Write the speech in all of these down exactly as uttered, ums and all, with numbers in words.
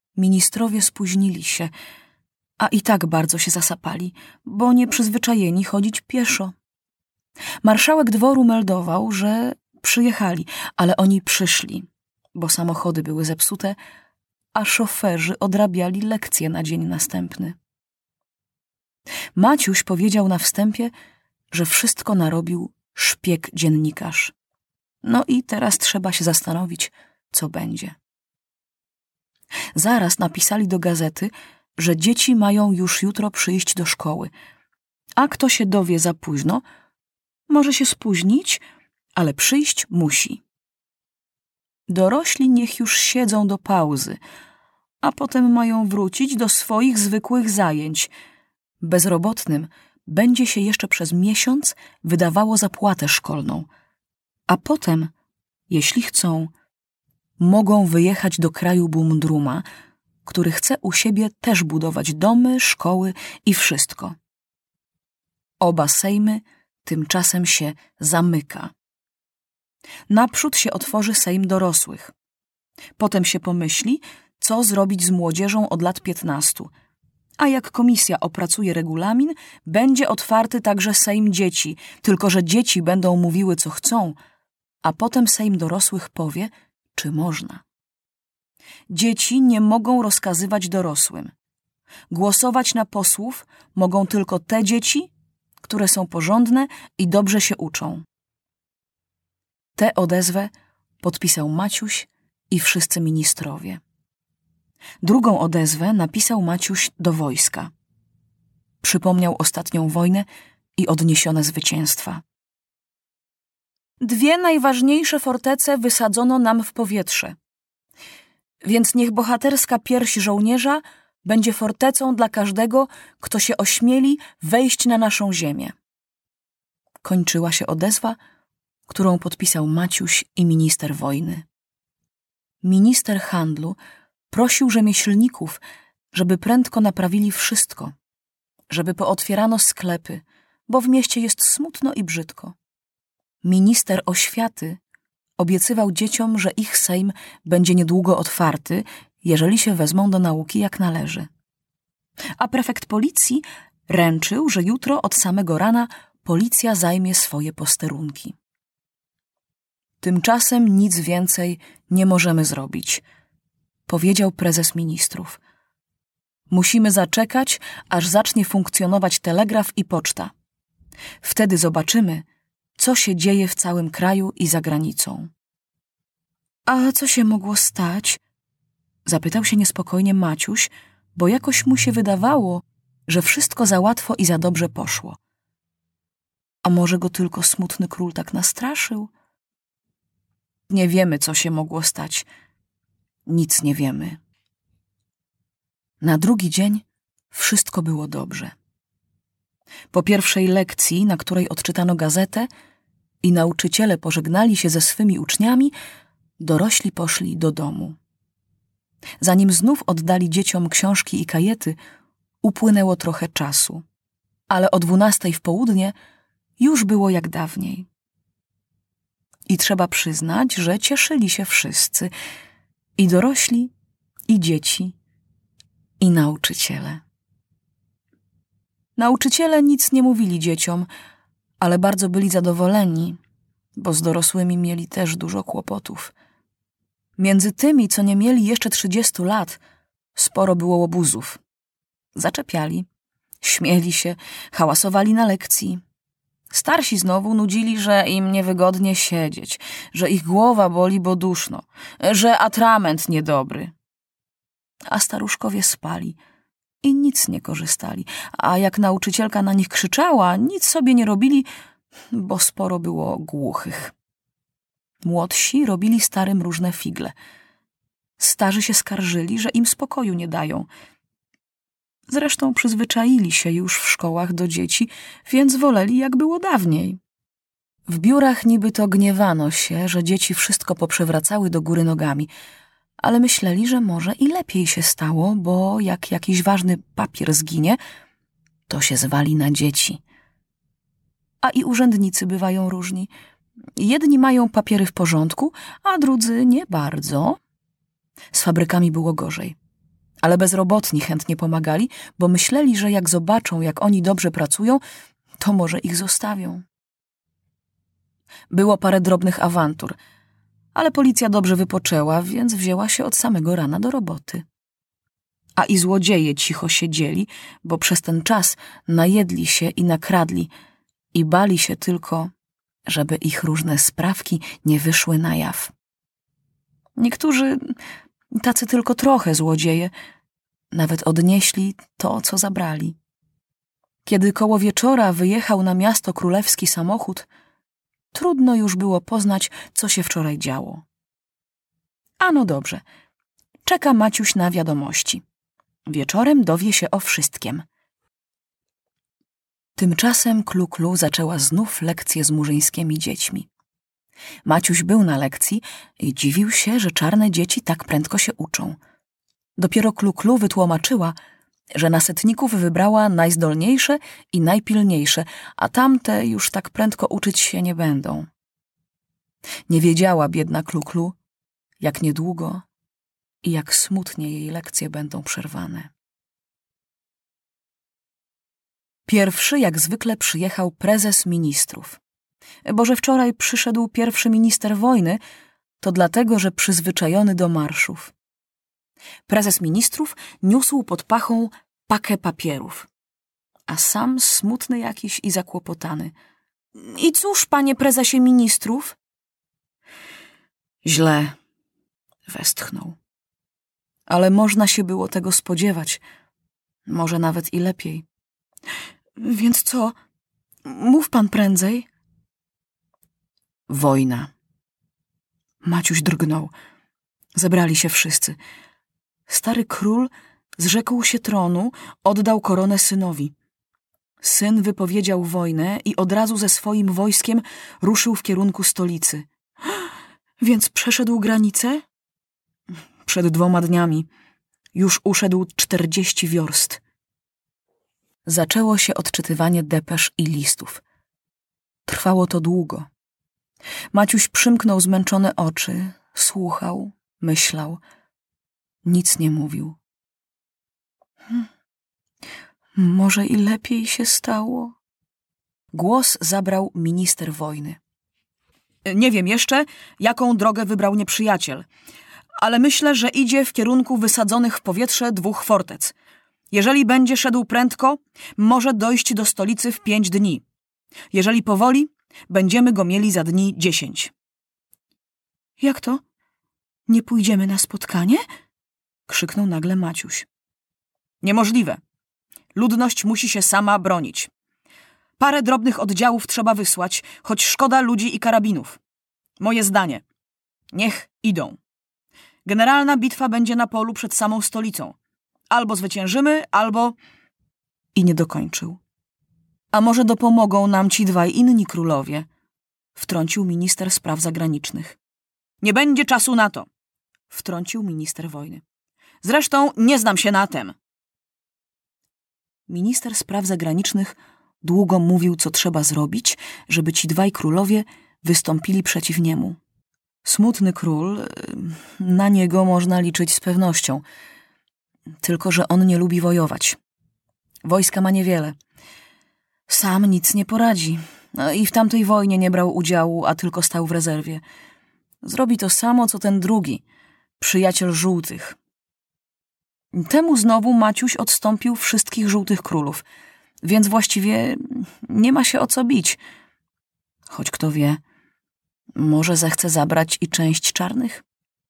Ministrowie spóźnili się, a i tak bardzo się zasapali, bo nie przyzwyczajeni chodzić pieszo. Marszałek dworu meldował, że przyjechali, ale oni przyszli, bo samochody były zepsute, a szoferzy odrabiali lekcje na dzień następny. Maciuś powiedział na wstępie, że wszystko narobił szpieg dziennikarz. No i teraz trzeba się zastanowić, co będzie. Zaraz napisali do gazety, że dzieci mają już jutro przyjść do szkoły, a kto się dowie za późno, może się spóźnić, ale przyjść musi. Dorośli niech już siedzą do pauzy, a potem mają wrócić do swoich zwykłych zajęć. Bezrobotnym będzie się jeszcze przez miesiąc wydawało zapłatę szkolną, a potem, jeśli chcą, mogą wyjechać do kraju Bumdruma, który chce u siebie też budować domy, szkoły i wszystko. Oba sejmy tymczasem się zamyka. Naprzód się otworzy sejm dorosłych. Potem się pomyśli, co zrobić z młodzieżą od lat piętnastu. A jak komisja opracuje regulamin, będzie otwarty także sejm dzieci, tylko że dzieci będą mówiły, co chcą, a potem sejm dorosłych powie, czy można. Dzieci nie mogą rozkazywać dorosłym. Głosować na posłów mogą tylko te dzieci, które są porządne i dobrze się uczą. Tę odezwę podpisał Maciuś i wszyscy ministrowie. Drugą odezwę napisał Maciuś do wojska. Przypomniał ostatnią wojnę i odniesione zwycięstwa. Dwie najważniejsze fortece wysadzono nam w powietrze. Więc niech bohaterska pierś żołnierza będzie fortecą dla każdego, kto się ośmieli wejść na naszą ziemię. Kończyła się odezwa, którą podpisał Maciuś i minister wojny. Minister handlu prosił rzemieślników, żeby prędko naprawili wszystko, żeby pootwierano sklepy, bo w mieście jest smutno i brzydko. Minister oświaty obiecywał dzieciom, że ich sejm będzie niedługo otwarty, jeżeli się wezmą do nauki jak należy. A prefekt policji ręczył, że jutro od samego rana policja zajmie swoje posterunki. Tymczasem nic więcej nie możemy zrobić, powiedział prezes ministrów. Musimy zaczekać, aż zacznie funkcjonować telegraf i poczta. Wtedy zobaczymy, co się dzieje w całym kraju i za granicą. A co się mogło stać? Zapytał się niespokojnie Maciuś, bo jakoś mu się wydawało, że wszystko za łatwo i za dobrze poszło. A może go tylko smutny król tak nastraszył? Nie wiemy, co się mogło stać. Nic nie wiemy. Na drugi dzień wszystko było dobrze. Po pierwszej lekcji, na której odczytano gazetę i nauczyciele pożegnali się ze swymi uczniami, dorośli poszli do domu. Zanim znów oddali dzieciom książki i kajety, upłynęło trochę czasu, ale o dwunastej w południe już było jak dawniej. I trzeba przyznać, że cieszyli się wszyscy, i dorośli, i dzieci, i nauczyciele. Nauczyciele nic nie mówili dzieciom, ale bardzo byli zadowoleni, bo z dorosłymi mieli też dużo kłopotów. Między tymi, co nie mieli jeszcze trzydziestu lat, sporo było łobuzów. Zaczepiali, śmieli się, hałasowali na lekcji. Starsi znowu nudzili, że im niewygodnie siedzieć, że ich głowa boli, bo duszno, że atrament niedobry. A staruszkowie spali i nic nie korzystali, a jak nauczycielka na nich krzyczała, nic sobie nie robili, bo sporo było głuchych. Młodsi robili starym różne figle. Starzy się skarżyli, że im spokoju nie dają. Zresztą przyzwyczaili się już w szkołach do dzieci, więc woleli, jak było dawniej. W biurach niby to gniewano się, że dzieci wszystko poprzewracały do góry nogami, ale myśleli, że może i lepiej się stało, bo jak jakiś ważny papier zginie, to się zwali na dzieci. A i urzędnicy bywają różni. Jedni mają papiery w porządku, a drudzy nie bardzo. Z fabrykami było gorzej. Ale bezrobotni chętnie pomagali, bo myśleli, że jak zobaczą, jak oni dobrze pracują, to może ich zostawią. Było parę drobnych awantur, ale policja dobrze wypoczęła, więc wzięła się od samego rana do roboty. A i złodzieje cicho siedzieli, bo przez ten czas najedli się i nakradli i bali się tylko, żeby ich różne sprawki nie wyszły na jaw. Niektórzy, tacy tylko trochę złodzieje, nawet odnieśli to, co zabrali. Kiedy koło wieczora wyjechał na miasto królewski samochód, trudno już było poznać, co się wczoraj działo. Ano dobrze, czeka Maciuś na wiadomości. Wieczorem dowie się o wszystkim. Tymczasem Klu-Klu zaczęła znów lekcje z murzyńskimi dziećmi. Maciuś był na lekcji i dziwił się, że czarne dzieci tak prędko się uczą. Dopiero Klu-Klu wytłumaczyła, że na setników wybrała najzdolniejsze i najpilniejsze, a tamte już tak prędko uczyć się nie będą. Nie wiedziała biedna Klu-Klu, jak niedługo i jak smutnie jej lekcje będą przerwane. Pierwszy jak zwykle przyjechał prezes ministrów. Bo że wczoraj przyszedł pierwszy minister wojny, to dlatego, że przyzwyczajony do marszów. Prezes ministrów niósł pod pachą pakę papierów, a sam smutny jakiś i zakłopotany. I cóż, panie prezesie ministrów? Źle, westchnął. Ale można się było tego spodziewać, może nawet i lepiej. Więc co? Mów pan prędzej. Wojna. Maciuś drgnął. Zebrali się wszyscy. Stary król zrzekł się tronu, oddał koronę synowi. Syn wypowiedział wojnę i od razu ze swoim wojskiem ruszył w kierunku stolicy. Więc przeszedł granicę? Przed dwoma dniami. Już uszedł czterdzieści wiorst. Zaczęło się odczytywanie depesz i listów. Trwało to długo. Maciuś przymknął zmęczone oczy, słuchał, myślał. Nic nie mówił. Hm. Może i lepiej się stało? Głos zabrał minister wojny. Nie wiem jeszcze, jaką drogę wybrał nieprzyjaciel, ale myślę, że idzie w kierunku wysadzonych w powietrze dwóch fortec. Jeżeli będzie szedł prędko, może dojść do stolicy w pięć dni. Jeżeli powoli, będziemy go mieli za dni dziesięć. Jak to? Nie pójdziemy na spotkanie? Krzyknął nagle Maciuś. Niemożliwe. Ludność musi się sama bronić. Parę drobnych oddziałów trzeba wysłać, choć szkoda ludzi i karabinów. Moje zdanie. Niech idą. Generalna bitwa będzie na polu przed samą stolicą. Albo zwyciężymy, albo... I nie dokończył. A może dopomogą nam ci dwaj inni królowie? Wtrącił minister spraw zagranicznych. Nie będzie czasu na to, wtrącił minister wojny. Zresztą nie znam się na tem. Minister spraw zagranicznych długo mówił, co trzeba zrobić, żeby ci dwaj królowie wystąpili przeciw niemu. Smutny król, na niego można liczyć z pewnością. Tylko że on nie lubi wojować. Wojska ma niewiele. Sam nic nie poradzi. No i w tamtej wojnie nie brał udziału, a tylko stał w rezerwie. Zrobi to samo, co ten drugi, przyjaciel żółtych. Temu znowu Maciuś odstąpił wszystkich żółtych królów, więc właściwie nie ma się o co bić. Choć kto wie, może zechce zabrać i część czarnych?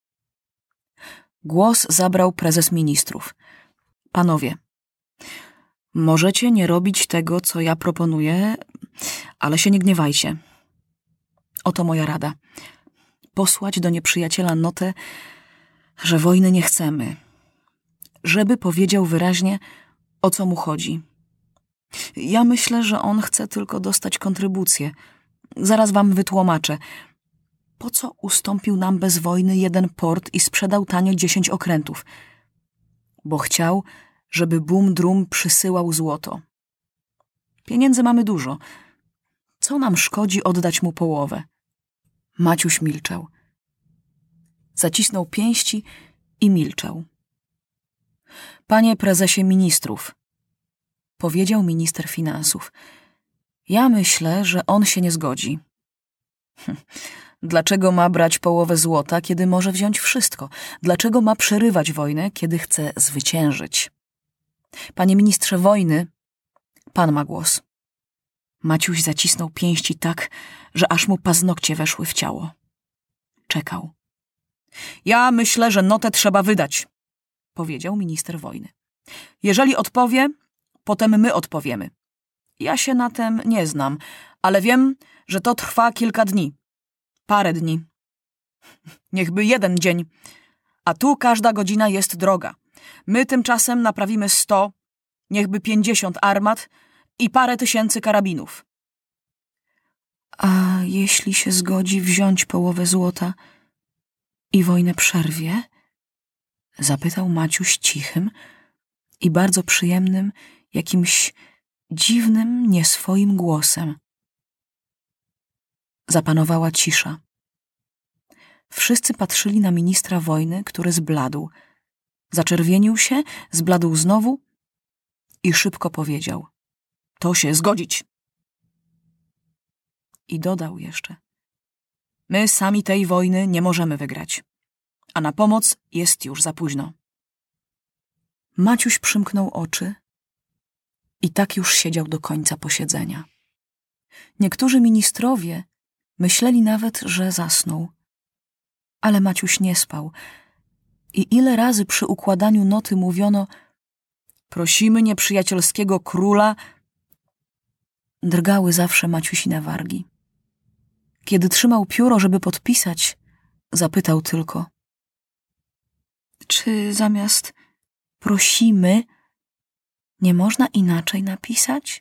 Głos zabrał prezes ministrów. Panowie, możecie nie robić tego, co ja proponuję, ale się nie gniewajcie. Oto moja rada. Posłać do nieprzyjaciela notę, że wojny nie chcemy. Żeby powiedział wyraźnie, o co mu chodzi. Ja myślę, że on chce tylko dostać kontrybucję. Zaraz wam wytłumaczę. Po co ustąpił nam bez wojny jeden port i sprzedał tanio dziesięć okrętów? Bo chciał, żeby Bum-Drum przysyłał złoto. Pieniędzy mamy dużo. Co nam szkodzi oddać mu połowę? Maciuś milczał. Zacisnął pięści i milczał. Panie prezesie ministrów, powiedział minister finansów, ja myślę, że on się nie zgodzi. Hm. Dlaczego ma brać połowę złota, kiedy może wziąć wszystko? Dlaczego ma przerywać wojnę, kiedy chce zwyciężyć? Panie ministrze wojny, pan ma głos. Maciuś zacisnął pięści tak, że aż mu paznokcie weszły w ciało. Czekał. Ja myślę, że notę trzeba wydać, powiedział minister wojny. Jeżeli odpowie, potem my odpowiemy. Ja się na tem nie znam, ale wiem, że to trwa kilka dni. Parę dni. Niechby jeden dzień. A tu każda godzina jest droga. My tymczasem naprawimy sto, niechby pięćdziesiąt armat i parę tysięcy karabinów. A jeśli się zgodzi wziąć połowę złota i wojnę przerwie? Zapytał Maciuś cichym i bardzo przyjemnym, jakimś dziwnym, nieswoim głosem. Zapanowała cisza. Wszyscy patrzyli na ministra wojny, który zbladł. Zaczerwienił się, zbladł znowu i szybko powiedział: to się zgodzić. I dodał jeszcze: my sami tej wojny nie możemy wygrać, a na pomoc jest już za późno. Maciuś przymknął oczy i tak już siedział do końca posiedzenia. Niektórzy ministrowie myśleli nawet, że zasnął. Ale Maciuś nie spał. I ile razy przy układaniu noty mówiono: prosimy nieprzyjacielskiego króla, drgały zawsze Maciusine wargi. Kiedy trzymał pióro, żeby podpisać, zapytał tylko: czy zamiast prosimy nie można inaczej napisać?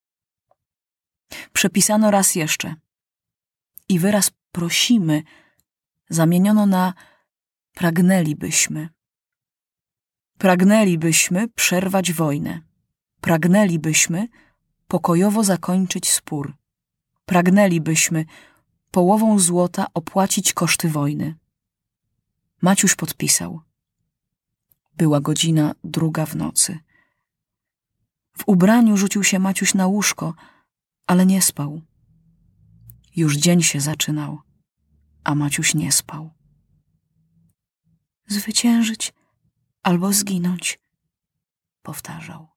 Przepisano raz jeszcze i wyraz prosimy zamieniono na pragnęlibyśmy. Pragnęlibyśmy przerwać wojnę. Pragnęlibyśmy pokojowo zakończyć spór. Pragnęlibyśmy połową złota opłacić koszty wojny. Maciuś podpisał. Była godzina druga w nocy. W ubraniu rzucił się Maciuś na łóżko, ale nie spał. Już dzień się zaczynał, a Maciuś nie spał. Zwyciężyć albo zginąć, powtarzał.